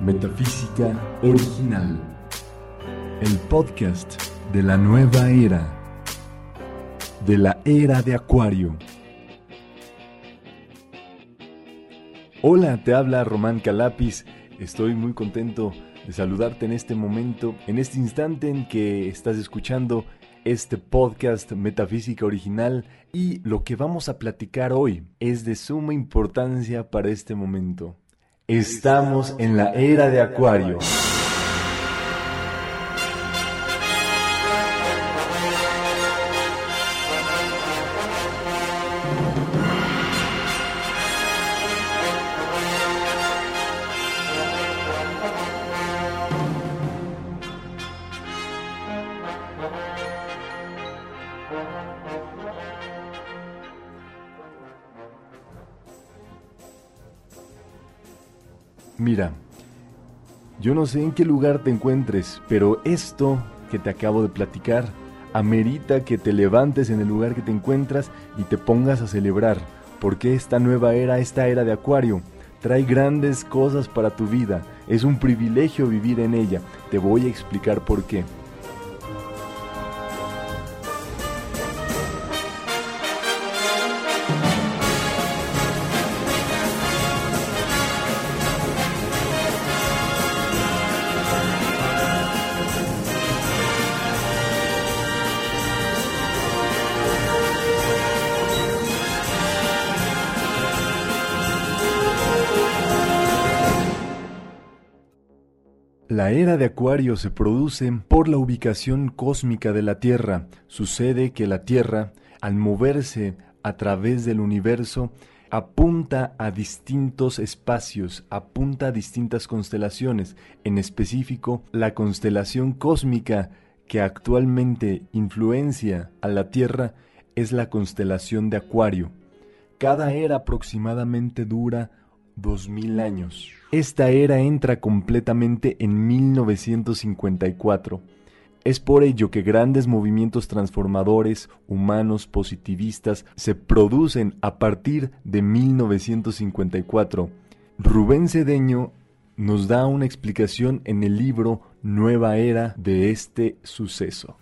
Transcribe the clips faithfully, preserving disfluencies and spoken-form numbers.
Metafísica Original, el podcast de la nueva era, de la era de Acuario. Hola, te habla Román Calapis. Estoy muy contento de saludarte en este momento, en este instante en que estás escuchando este podcast Metafísica Original, y lo que vamos a platicar hoy es de suma importancia para este momento. Estamos en la era de Acuario. Mira, yo no sé en qué lugar te encuentres, pero esto que te acabo de platicar amerita que te levantes en el lugar que te encuentras y te pongas a celebrar, porque esta nueva era, esta era de Acuario, trae grandes cosas para tu vida. Es un privilegio vivir en ella. Te voy a explicar por qué. La era de Acuario se produce por la ubicación cósmica de la Tierra. Sucede que la Tierra, al moverse a través del universo, apunta a distintos espacios, apunta a distintas constelaciones. En específico, la constelación cósmica que actualmente influencia a la Tierra es la constelación de Acuario. Cada era aproximadamente dura dos mil años. Esta era entra completamente en mil novecientos cincuenta y cuatro. Es por ello que grandes movimientos transformadores, humanos, positivistas, se producen a partir de mil novecientos cincuenta y cuatro. Rubén Cedeño nos da una explicación en el libro Nueva Era de este suceso.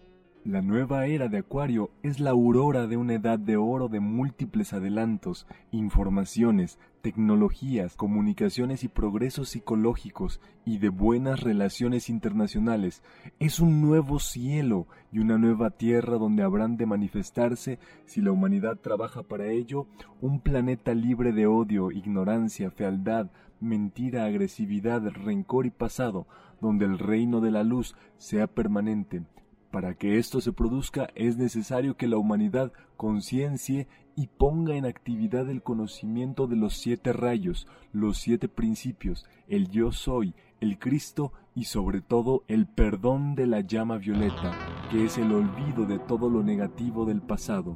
La nueva era de Acuario es la aurora de una edad de oro de múltiples adelantos, informaciones, tecnologías, comunicaciones y progresos psicológicos y de buenas relaciones internacionales. Es un nuevo cielo y una nueva tierra donde habrán de manifestarse, si la humanidad trabaja para ello, un planeta libre de odio, ignorancia, fealdad, mentira, agresividad, rencor y pasado, donde el reino de la luz sea permanente. Para que esto se produzca es necesario que la humanidad conciencie y ponga en actividad el conocimiento de los siete rayos, los siete principios, el yo soy, el Cristo y sobre todo el perdón de la llama violeta, que es el olvido de todo lo negativo del pasado.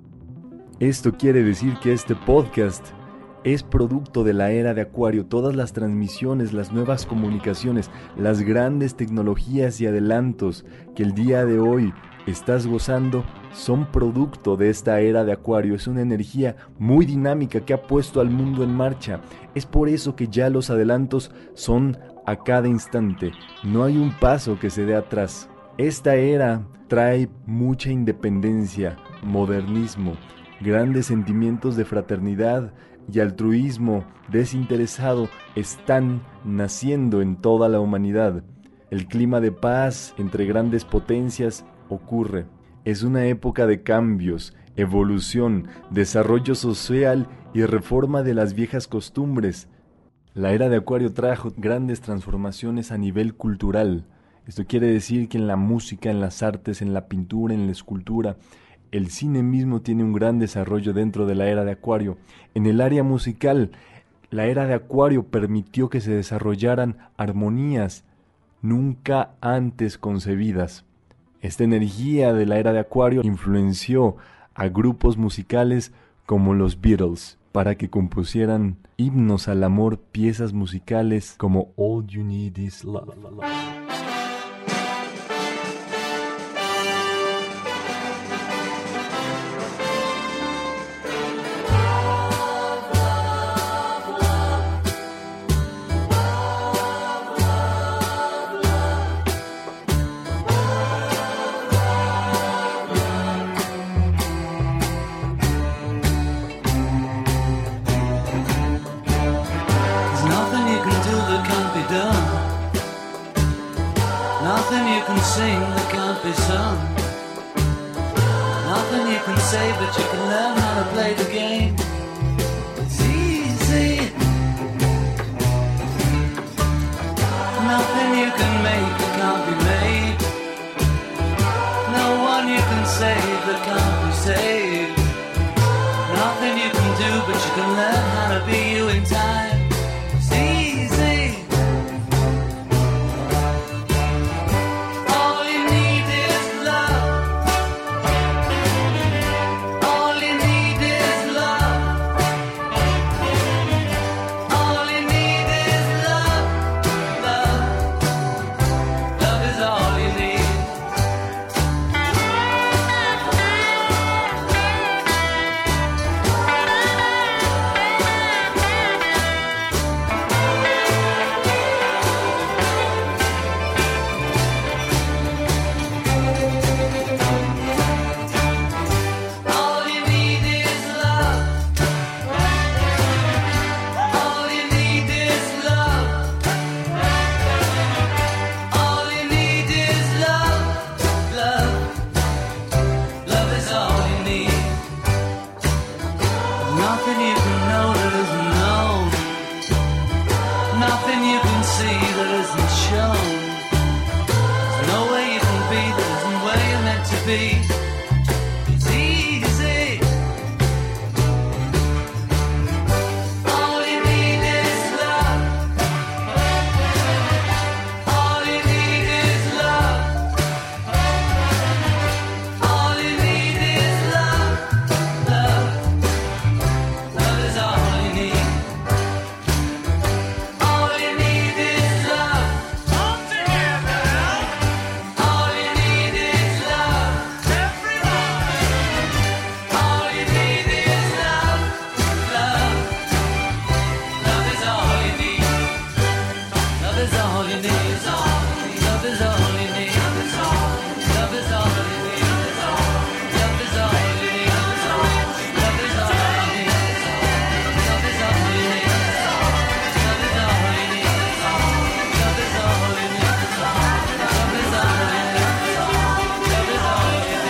Esto quiere decir que este podcast es producto de la era de Acuario. Todas las transmisiones, las nuevas comunicaciones, las grandes tecnologías y adelantos que el día de hoy estás gozando son producto de esta era de Acuario. Es una energía muy dinámica que ha puesto al mundo en marcha. Es por eso que ya los adelantos son a cada instante. No hay un paso que se dé atrás. Esta era trae mucha independencia, modernismo, grandes sentimientos de fraternidad y altruismo desinteresado están naciendo en toda la humanidad. El clima de paz entre grandes potencias ocurre. Es una época de cambios, evolución, desarrollo social y reforma de las viejas costumbres. La era de Acuario trajo grandes transformaciones a nivel cultural. Esto quiere decir que en la música, en las artes, en la pintura, en la escultura, el cine mismo tiene un gran desarrollo dentro de la era de Acuario. En el área musical, la era de Acuario permitió que se desarrollaran armonías nunca antes concebidas. Esta energía de la era de Acuario influenció a grupos musicales como los Beatles para que compusieran himnos al amor, piezas musicales como All You Need Is Love. sing that can't be sung. Nothing you can say, but you can learn how to play the game. It's easy. Nothing you can make that can't be made. No one you can save that can't be saved. Nothing you can do, but you can learn how to be you in time. It's easy. All you need is love. All you need is love. All you need is love. Love. Love is all you need. All you need is love. All you need is love. All you need is love. Love. Love is all you need. Nothing you can know that isn't known. Nothing you can see that isn't shown. There's no way you can be that isn't where you're meant to be. It's easy. All you need is love. All you need is love. All you need is love. Love. Love is all you need. All you need is love. All together. All you need is love. Everybody. All you need is love. Love. Love is all you need. Love is all you need. Love is all you need. Love is all. Love is all you need. Love is all you need. Love is all you need. Love is all you need. Love is all you need. Love is all you need. Love is all you need. Love is all you need.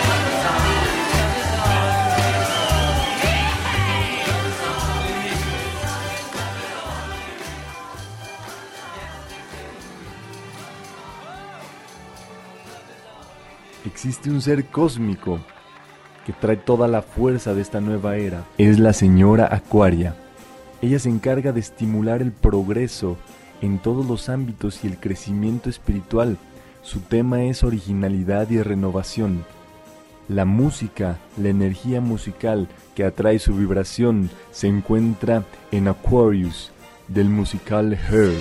Existe un ser cósmico que trae toda la fuerza de esta nueva era. Es la señora Aquaria. Ella se encarga de estimular el progreso en todos los ámbitos y el crecimiento espiritual. Su tema es originalidad y renovación. La música, la energía musical que atrae su vibración se encuentra en Aquarius, del musical Her.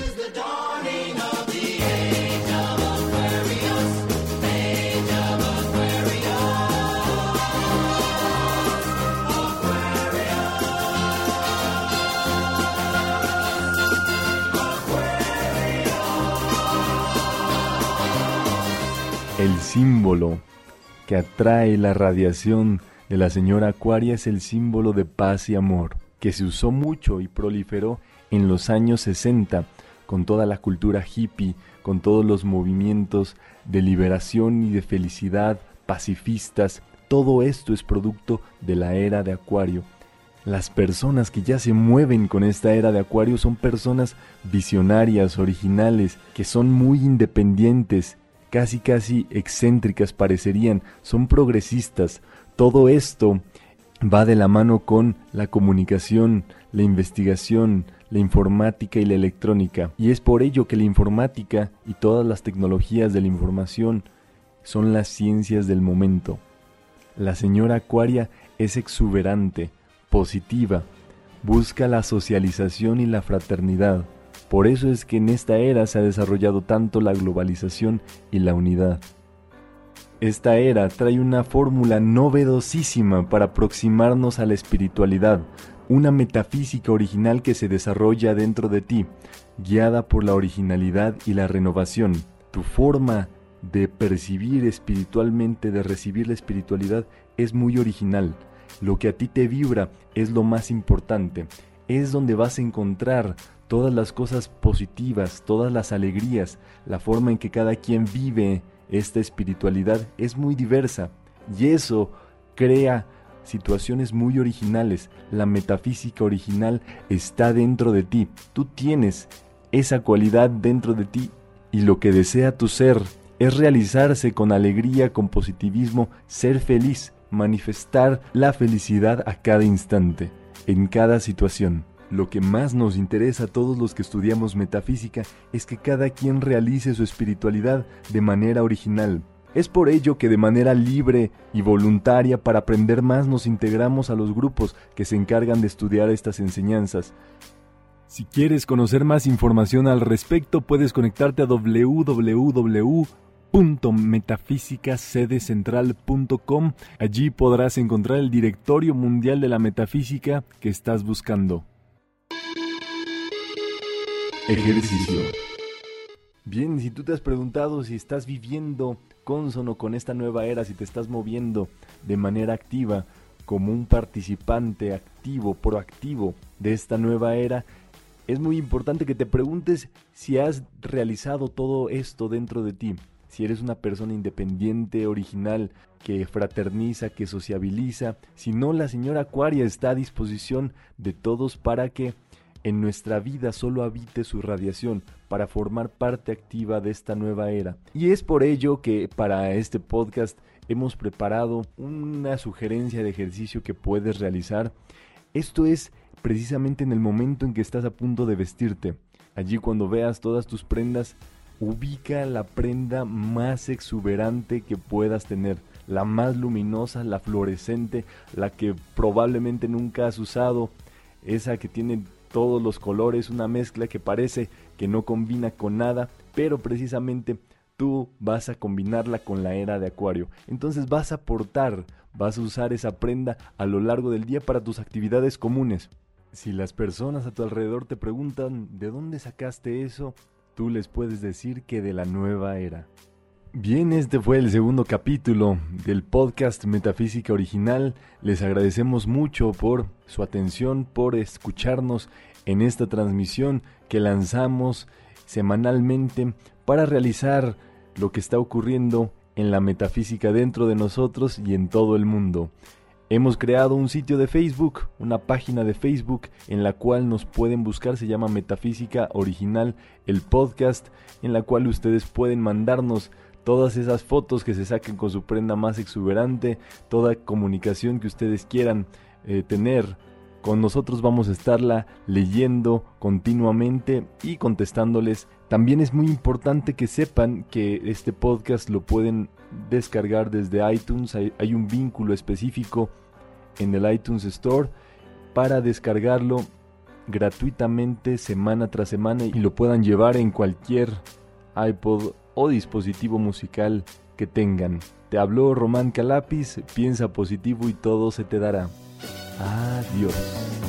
El símbolo que atrae la radiación de la señora Aquaria es el símbolo de paz y amor, que se usó mucho y proliferó en los años sesenta, con toda la cultura hippie, con todos los movimientos de liberación y de felicidad, pacifistas. Todo esto es producto de la era de Acuario. Las personas que ya se mueven con esta era de Acuario son personas visionarias, originales, que son muy independientes, casi casi excéntricas parecerían, son progresistas. Todo esto va de la mano con la comunicación, la investigación, la informática y la electrónica. Y es por ello que la informática y todas las tecnologías de la información son las ciencias del momento. La señora Aquaria es exuberante, positiva, busca la socialización y la fraternidad. Por eso es que en esta era se ha desarrollado tanto la globalización y la unidad. Esta era trae una fórmula novedosísima para aproximarnos a la espiritualidad, una metafísica original que se desarrolla dentro de ti, guiada por la originalidad y la renovación. Tu forma de percibir espiritualmente, de recibir la espiritualidad, es muy original. Lo que a ti te vibra es lo más importante. Es donde vas a encontrar todas las cosas positivas, todas las alegrías, la forma en que cada quien vive esta espiritualidad es muy diversa y eso crea situaciones muy originales. La metafísica original está dentro de ti. Tú tienes esa cualidad dentro de ti y lo que desea tu ser es realizarse con alegría, con positivismo, ser feliz, manifestar la felicidad a cada instante, en cada situación. Lo que más nos interesa a todos los que estudiamos metafísica es que cada quien realice su espiritualidad de manera original. Es por ello que de manera libre y voluntaria para aprender más nos integramos a los grupos que se encargan de estudiar estas enseñanzas. Si quieres conocer más información al respecto, puedes conectarte a doble u doble u doble u punto metafísica sede central punto com. Allí podrás encontrar el directorio mundial de la metafísica que estás buscando. Ejercicio. Bien, si tú te has preguntado si estás viviendo cónsono con esta nueva era, si te estás moviendo de manera activa, como un participante activo, proactivo de esta nueva era, es muy importante que te preguntes si has realizado todo esto dentro de ti. Si eres una persona independiente, original, que fraterniza, que sociabiliza. Si no, la señora Acuaria está a disposición de todos para que en nuestra vida solo habite su radiación, para formar parte activa de esta nueva era. Y es por ello que para este podcast hemos preparado una sugerencia de ejercicio que puedes realizar. Esto es precisamente en el momento en que estás a punto de vestirte. Allí, cuando veas todas tus prendas, ubica la prenda más exuberante que puedas tener, la más luminosa, la fluorescente, la que probablemente nunca has usado, esa que tiene todos los colores, una mezcla que parece que no combina con nada, pero precisamente tú vas a combinarla con la era de Acuario. Entonces vas a portar, vas a usar esa prenda a lo largo del día para tus actividades comunes. Si las personas a tu alrededor te preguntan ¿de dónde sacaste eso?, tú les puedes decir que de la nueva era. Bien, este fue el segundo capítulo del podcast Metafísica Original. Les agradecemos mucho por su atención, por escucharnos en esta transmisión que lanzamos semanalmente para realizar lo que está ocurriendo en la metafísica dentro de nosotros y en todo el mundo. Hemos creado un sitio de Facebook, una página de Facebook en la cual nos pueden buscar, se llama Metafísica Original, el podcast, en la cual ustedes pueden mandarnos todas esas fotos que se saquen con su prenda más exuberante, toda comunicación que ustedes quieran eh, tener. Con nosotros vamos a estarla leyendo continuamente y contestándoles. También es muy importante que sepan que este podcast lo pueden descargar desde iTunes. Hay, hay un vínculo específico en el iTunes Store para descargarlo gratuitamente semana tras semana y lo puedan llevar en cualquier iPod o dispositivo musical que tengan. Te habló Román Calapis, piensa positivo y todo se te dará. Adiós.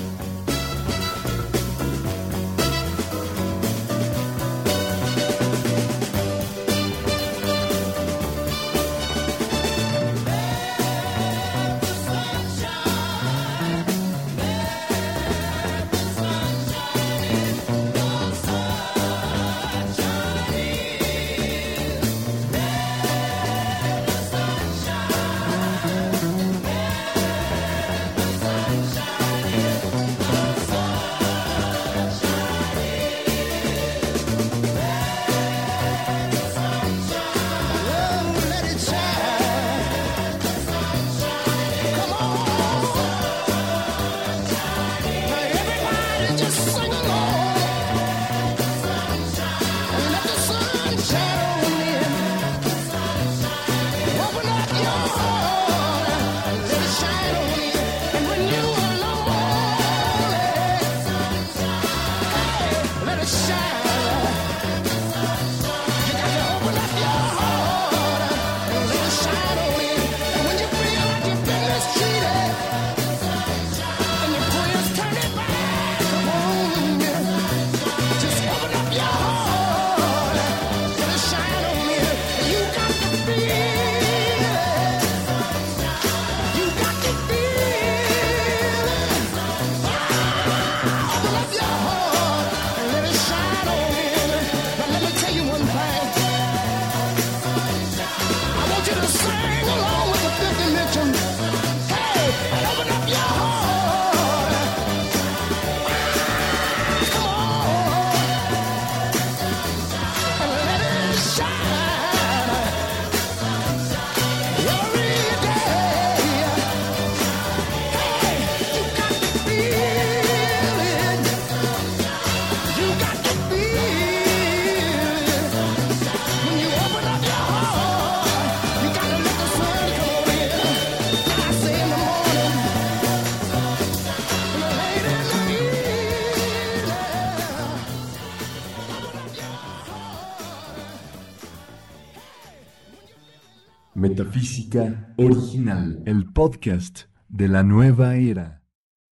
Metafísica Original, el podcast de la nueva era.